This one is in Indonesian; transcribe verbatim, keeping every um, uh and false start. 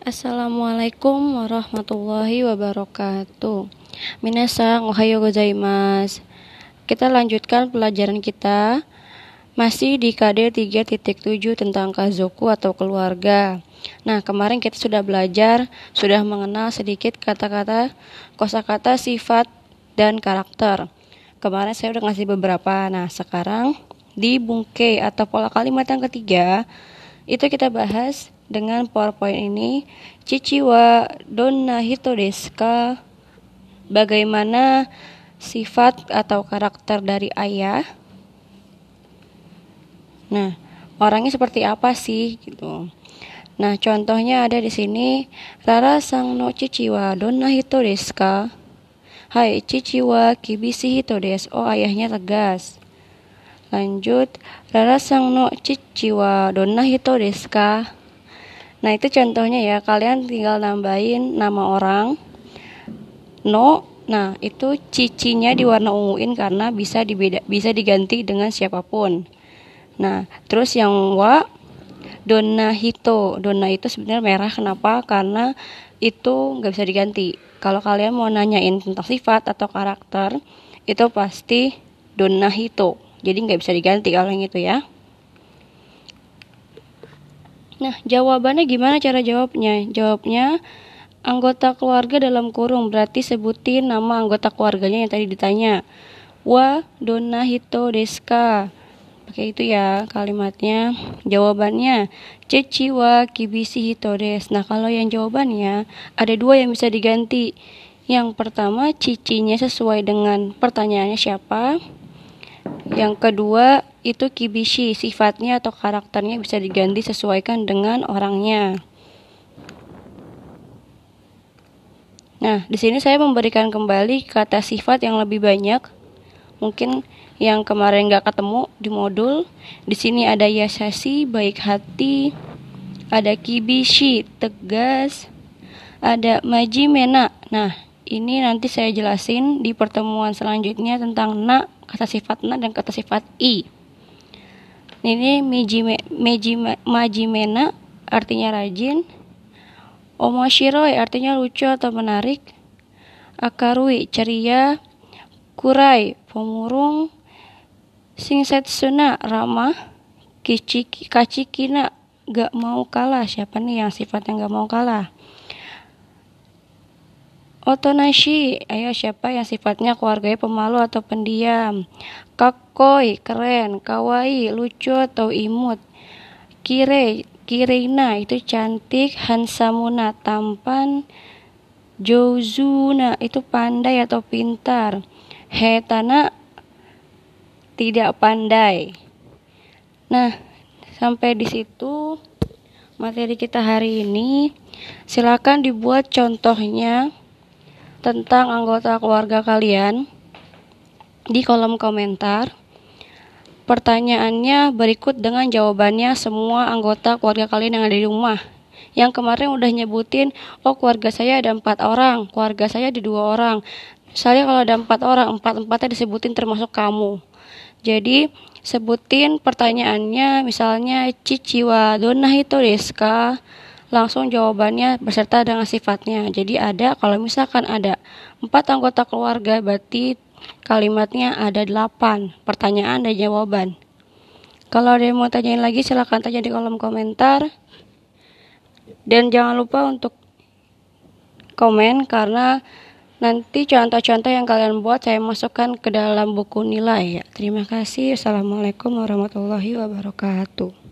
Assalamualaikum warahmatullahi wabarakatuh. Minasan, ohayo gozaimasu. Kita lanjutkan pelajaran kita masih di K D tiga titik tujuh tentang kazoku atau keluarga. Nah, kemarin kita sudah belajar, sudah mengenal sedikit kata-kata, kosakata, sifat, dan karakter. Kemarin saya udah ngasih beberapa. Nah, sekarang di bungke atau pola kalimat yang ketiga, itu kita bahas dengan PowerPoint ini. Chichi wa donna hito desu ka? Bagaimana sifat atau karakter dari ayah? Nah, orangnya seperti apa sih gitu. Nah, contohnya ada di sini. Rara sang no chichi wa donna hito desu ka? Hai, chichi wa kibishi hito desu. Oh, ayahnya tegas. Lanjut, Rara sang no chichi wa donna hito desu ka? Nah, itu contohnya ya. Kalian tinggal nambahin nama orang. No, nah itu cicinya diwarna unguin karena bisa dibeda, bisa diganti dengan siapapun. Nah, terus yang wa, donna hito. Donna itu sebenarnya merah. Kenapa? Karena itu nggak bisa diganti. Kalau kalian mau nanyain tentang sifat atau karakter, itu pasti donna hito. Jadi nggak bisa diganti kalau yang itu ya. Nah, jawabannya gimana cara jawabnya? Jawabnya anggota keluarga dalam kurung, berarti sebutin nama anggota keluarganya yang tadi ditanya. Wa donna hito desu ka? Pakai itu ya kalimatnya. Jawabannya chichi wa kibishi hito desu. Nah, kalau yang jawabannya ada dua yang bisa diganti. Yang pertama, cicinya sesuai dengan pertanyaannya siapa. Yang kedua, itu kibishi, sifatnya atau karakternya bisa diganti sesuaikan dengan orangnya. Nah, di sini saya memberikan kembali kata sifat yang lebih banyak. Mungkin yang kemarin nggak ketemu di modul. Di sini ada yasashi, baik hati. Ada kibishi, tegas. Ada majimena. Nah, ini nanti saya jelasin di pertemuan selanjutnya tentang na, kata sifat na dan kata sifat i. Ini mijime, mijime, majimena artinya rajin. Omoshiroi artinya lucu atau menarik. Akarui ceria. Kurai pemurung. Shinsetsuna ramah. Kichiki, kachikina gak mau kalah. Siapa nih yang sifatnya gak mau kalah? Otonashi, ayo siapa yang sifatnya keluarganya pemalu atau pendiam? Kakoi, keren. Kawaii, lucu atau imut. Kire, kireina, itu cantik. Hansamuna, tampan. Jouzuna, itu pandai atau pintar. Hetana, tidak pandai. Nah, sampai di situ materi kita hari ini. Silakan dibuat contohnya tentang anggota keluarga kalian di kolom komentar. Pertanyaannya berikut dengan jawabannya semua anggota keluarga kalian yang ada di rumah. Yang kemarin udah nyebutin, oh keluarga saya ada empat orang, keluarga saya ada dua orang. Misalnya kalau ada empat orang, empat-empatnya disebutin termasuk kamu. Jadi sebutin pertanyaannya, misalnya chichi wa donna hito desu ka? Langsung jawabannya beserta dengan sifatnya. Jadi ada, kalau misalkan ada empat anggota keluarga, berarti kalimatnya ada delapan pertanyaan dan jawaban. Kalau ada yang mau tanyain lagi, silahkan tanya di kolom komentar. Dan jangan lupa untuk komen, karena nanti contoh-contoh yang kalian buat saya masukkan ke dalam buku nilai ya. Terima kasih. Assalamualaikum warahmatullahi wabarakatuh.